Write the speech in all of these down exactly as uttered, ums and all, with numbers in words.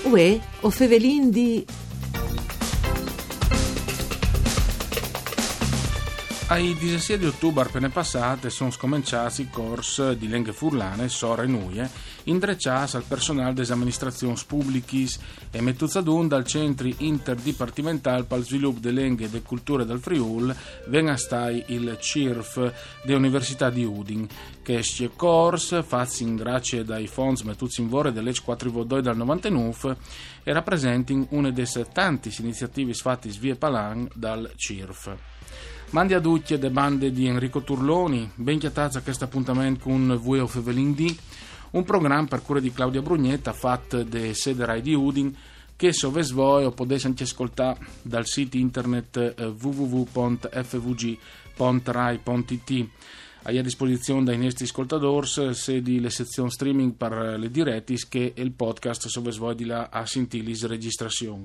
Uè, o fevelin di... Ai diciassette di ottobre appena passate sono scominciati i corsi di lingue furlane, sore e nuie, indrecciati al personale delle amministrazioni pubbliche e mettuzadun dal Centro Interdipartimentale per lo Sviluppo delle Lingue e delle Culture del Friul, venga stai il C I R F dell'Università di Udin, che è corso fatto grazie dai fondi mettuti in vore delle quattro vodoi dal novantanove e rappresenta una delle tante iniziative fatte via Palan dal C I R F. Mandi a tutti le bande di Enrico Turloni, ben chiatazza a questo appuntamento con voi of Evelyn D, un programma per cura di Claudia Brugnetta fatto da sede Rai di Udin, che se ves voi o potete anche ascoltare dal sito internet w w w punto f v g punto rai punto i t. Hai a disposizione dai nostri ascoltatori se di le sezioni streaming per le diretti che il podcast se ves voi di là a sentire le registrazioni.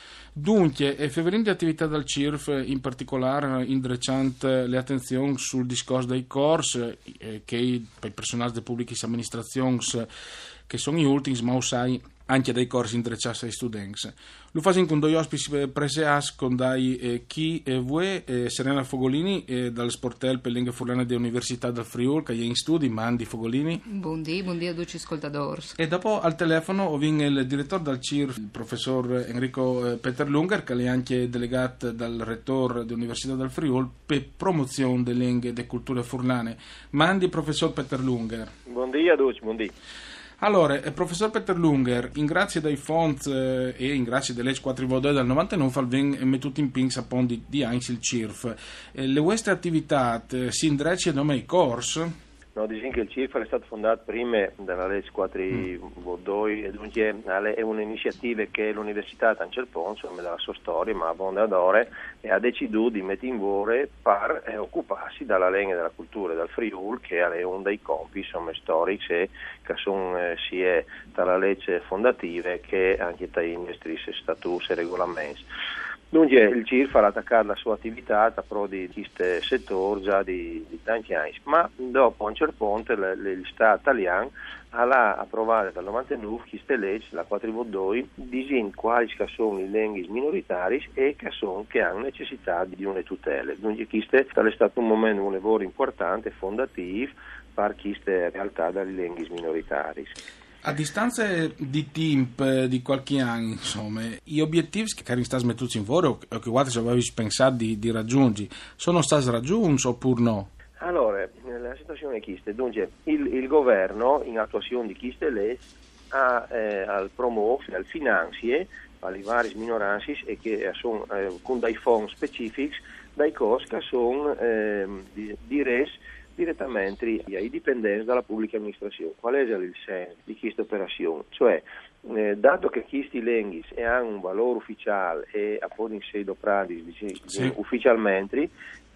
Dunque, e fevelin di attività dal C I R F, in particolare indrecciante le attenzioni sul discorso dei corsi eh, che per il personale delle pubbliche amministrazioni che sono gli ultimi, ma sai anche dei corsi indrecciati ai studenti. Lo facciamo con due ospiti preseas con dai eh, chi e voi, eh, Serena Fogolini eh, dal Sportel per Lingue Furlane dell'Università del Friul, che è in studi, Mandi Fogolini. Buondì, buondì a tutti gli ascoltatori. E dopo al telefono viene il direttore del C I R F, il professor Enrico eh, Peter Lunger, che è anche delegato dal rettore dell'Università del Friul per promozione delle lingue e delle culture furlane. Mandi, professor Peter Lunger. Buondì a tutti, buondì. Allora, eh, professor Peter Lunger, in grazie dai fonds eh, e in grazie delle leggi quattro vodoi del novantanove al mettuto in pins appunto di, di Heinz il C I R F. Eh, le vostre attività eh, si indrecci a nome ai corsi? No, diciamo che il C I R F è stato fondato prima dalla legge quattro vodoi e dunque è un'iniziativa che l'università Tancelpon, insomma dalla sua storia, ma a Bondadore, e ha deciso di mettere in vore per eh, occuparsi dalla lingua e della cultura del Friul, che è uno dei compiti insomma, storici e che sono eh, sia dalla legge fondativa che anche dai nostri statuti e regolamenti. Dunque il C I R F ha attaccato la sua attività a pro di questo settore già di, di tanti anni, ma dopo a un certo punto lo Stato italiano ha approvato dal novantanove queste leggi, la quattro vodoi, disin quali sono le lingue minoritarie e che, sono, che hanno necessità di una tutela. Dunque questo è stato un momento, un lavoro importante, fondativo per queste realtà dalle lingue minoritarie. A distanza di tempo di qualche anno, insomma, gli obiettivi che erano stati mettuti in vore o che voi avevi pensato di, di raggiungere sono stati raggiunti oppure no? Allora, la situazione è questa. Dunque, il, il governo, in attuazione di queste leggi, ha eh, al promuovere, al finanziare alle varie minoranze e che sono eh, con dei fondi specifici, dai costi che sono eh, di, di res direttamente ai dipendenti dalla pubblica amministrazione. Qual è il senso di questa operazione? Cioè, eh, dato che questi lingue hanno un valore ufficiale e appunto in sede operati sì. ufficialmente,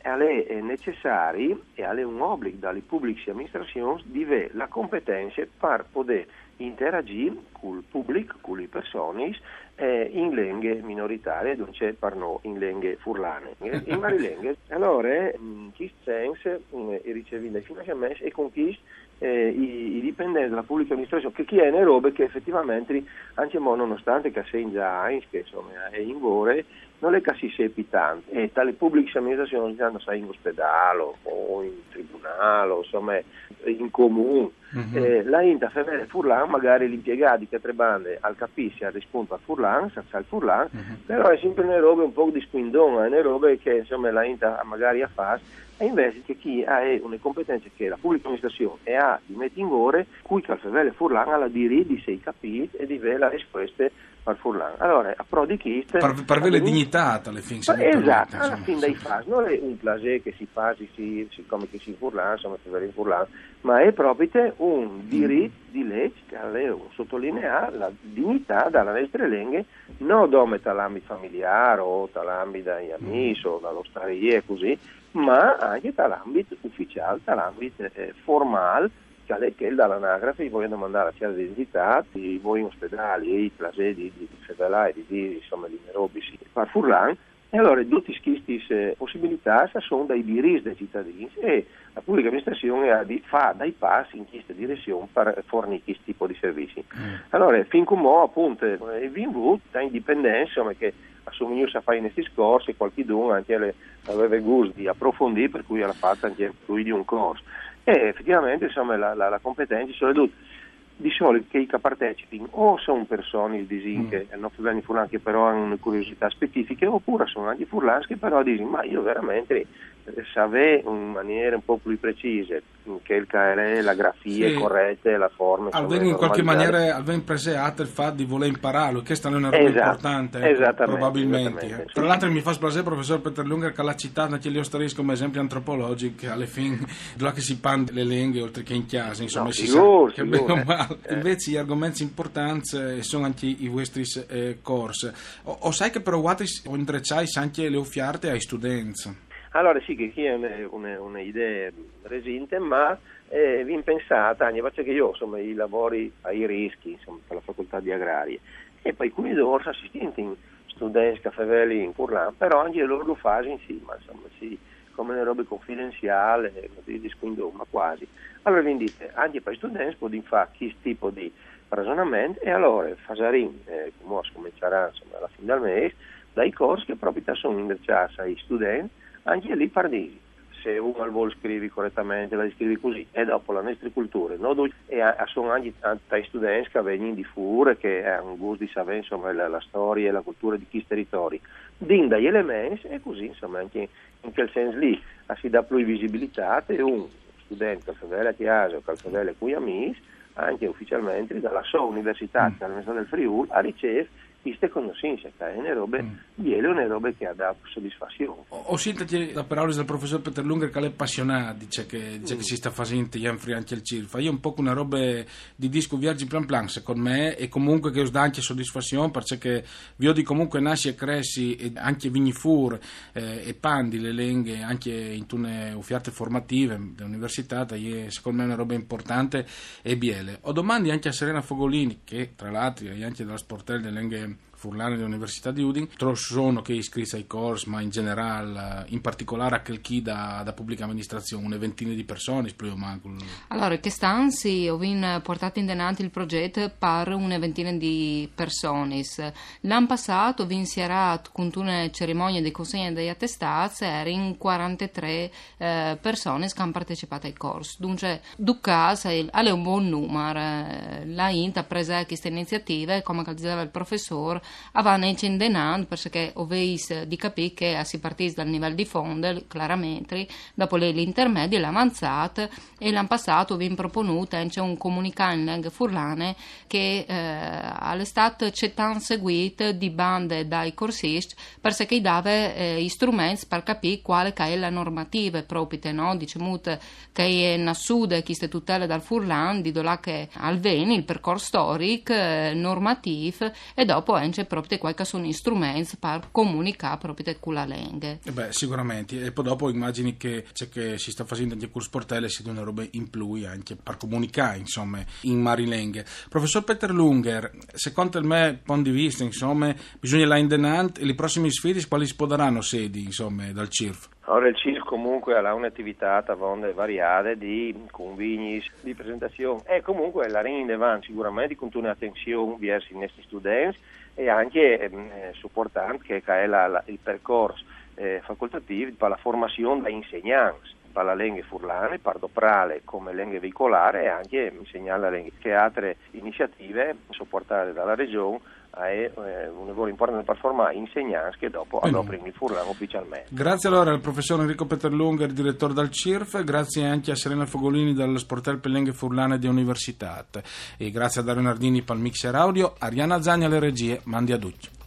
è necessario e è un obbligo dalle pubbliche amministrazioni di avere la competenza per poter interagire con il pubblico, con le persone eh, in lingue minoritarie, non c'è per noi in lingue furlane, in varie lingue. Allora, in questo senso, eh, riceviamo dei finanziamenti e con questo eh, i, i dipendenti della pubblica amministrazione, che chi è ne robe che effettivamente, anche mo, nonostante che sei già che insomma è in vore, non è che si sepi tanto, e tale pubbliche amministrazioni hanno sai in ospedale o in tribunale, insomma in comune. Mm-hmm. Eh, la Inta Fevere Furlan, magari gli impiegati che trebande al capissi al rispunto al Furlan, sa il Furlan, mm-hmm. però è sempre una roba un po' di squindona, è una roba che insomma la Inta magari ha fatto, e invece che chi ha una competenza che la pubblica amministrazione e ha di mettere in vore, cui che al Fevere Furlan ha la diritto di sei capiti e di avere la risposta per Furlan. Allora, a pro di chi per, per avere la dignità alle fine. Esatto, alla fine dei fasi, non è un plaisir che si fa, si, si, come che si Furlan, insomma, in Furlan, ma è proprio un diritto di legge che sottolinea la dignità dalla nostra lingua, non dome dall'ambito familiare o dall'ambito degli amici o dall'osteria e così, ma anche dall'ambito ufficiale, dall'ambito eh, formale, che è dall'anagrafe, vogliono mandare la chiave d'identità, voi in ospedali e i plasè di, di, di federali, di, di, insomma, di Nairobi, sì, per Furlan, E allora tutti queste possibilità sono dai diritti dei cittadini e la pubblica amministrazione ha di, fa dai passi in questa direzione per fornire questo tipo di servizi. Mm. Allora, fin come appunto è venuto da indipendenza, ma che assomiglia a fare in questi scorsi e qualcuno anche le, aveva il gusto di approfondire, per cui ha fatto anche lui di un corso. E effettivamente insomma la, la, la competenza sono tutte. Di solito che i che partecipino o sono persone il disin mm. che hanno furlani furlani che però hanno una curiosità specifiche, oppure sono anche furlani che però dicono ma io veramente sapevo in maniera un po' più precisa che il K R E, la grafia sì. corretta, la forma almeno in qualche maniera almeno preseate il fatto di voler impararlo, che questa è una roba esatto, importante ecco, esattamente, probabilmente esattamente, eh. Tra sì. l'altro mi fa splasare professor Peterlunger che l'ha citato anche io starisco come esempio antropologico alle fine là che si pande le lingue oltre che in chiesa insomma no, si sicuro, sa che bene o male eh. invece gli argomenti importanti sono anche i vostri eh, corsi o, o sai che però o intrecciai anche le offerte ai studenti. Allora sì, che qui è un'idea recente, ma eh, vi pensate, anche perché io insomma i lavori ai rischi insomma, per la facoltà di agrarie e poi alcuni dorsi assistenti in studenti, caffevelli in Furlan, però anche loro lo fanno insieme, insomma, sì, come le robe confidenziali, ma quasi. Allora vi dite, anche per gli studenti può fare questo tipo di ragionamento e allora Fasarin, eh, come comincerà insomma, alla fine del mese, dai corsi che proprio sono indirizzati ai studenti, anche lì pardisi, se uno vuole scrivi correttamente la scrivi così e dopo la nostra cultura no? E sono anche tanti studenti che vengono di fuori che hanno un gusto di sapere insomma la, la storia e la cultura di questi territori din dagli elementi e così insomma anche in quel senso lì si dà più visibilità e un studente che fa a Chiesa o che fa qui a Mis anche ufficialmente dalla sua università mm. dall'Università del Friuli a ricevere queste conoscenze, che è una roba, mm. è una roba che ha dato soddisfazione. Ho sentito la parola del professor Peterlunger che è appassionato, dice che, dice mm. che si sta facendo anche il circo. Io un po' una roba di disco viaggi plan plan, secondo me, e comunque che us dà anche soddisfazione, perché vi ho di comunque nasci e cresci, e anche vigni fur eh, e pandi le lingue, anche in tune offerte formative dell'università, e secondo me è una roba importante e biele. Ho domande anche a Serena Fogolini, che tra l'altro è anche della sportella delle lingue Furlane dell'Università di Udine, sono che iscritti ai corsi, ma in generale, in particolare a chi da, da pubblica amministrazione, una ventina di persone, più o meno. Allora, che stanzi ho portato in denanti il progetto per una ventina di persone. L'anno passato vi insierato con una cerimonia di consegna degli attestati, erano quarantatré eh, persone che hanno partecipato ai corsi. Dunque, Duccas è un buon numero. La I N T ha preso queste iniziative, come diceva il professore, avevano incendenando perché oveis di capire che si partisse dal livello di fondo chiaramente dopo le intermedie l'avanzata e l'anno passato vi proponuto c'è un comunicato in lingua furlane che eh, all'estate c'è tanto seguito di bande dai corsisti perché dava eh, strumenti per capire quale che è la normativa proprio no? Diciamo che è in sud queste tutele dal furlan di là che al Veni il percorso storico eh, normativo e dopo c'è proprio quali sono gli strumenti per comunicare proprio con la lingua. Eh beh, sicuramente. E poi dopo immagini che c'è che si sta facendo anche con sportelli si una roba in più anche per comunicare, insomma, in marilenghe. Professor Peterlunger, secondo il mio punto di vista, insomma, bisogna là in denant e le prossime sfide quali si potranno sedi, insomma, dal C I R F? Ora il C I R F comunque ha un'attività a variare di convegni, di presentazione e comunque la rende avanti sicuramente con un'attenzione verso i nostri studenti e anche eh, supportante che è la, la, il percorso eh, facoltativo per la formazione da insegnanti per la lingua furlane, per doprare come lingua veicolare e anche insegnare la lingua. Che altre iniziative supportate dalla Regione è eh, un lavoro importante per formare insegnanti che dopo adoperano il furlano ufficialmente. Grazie allora al professor Enrico Peterlunger, direttore del C I R F, grazie anche a Serena Fogolini dal Sportel per Lingue Furlane di Università e grazie a Dario Nardini per il mixer audio, Arianna Zagni alle regie, mandi a tutti.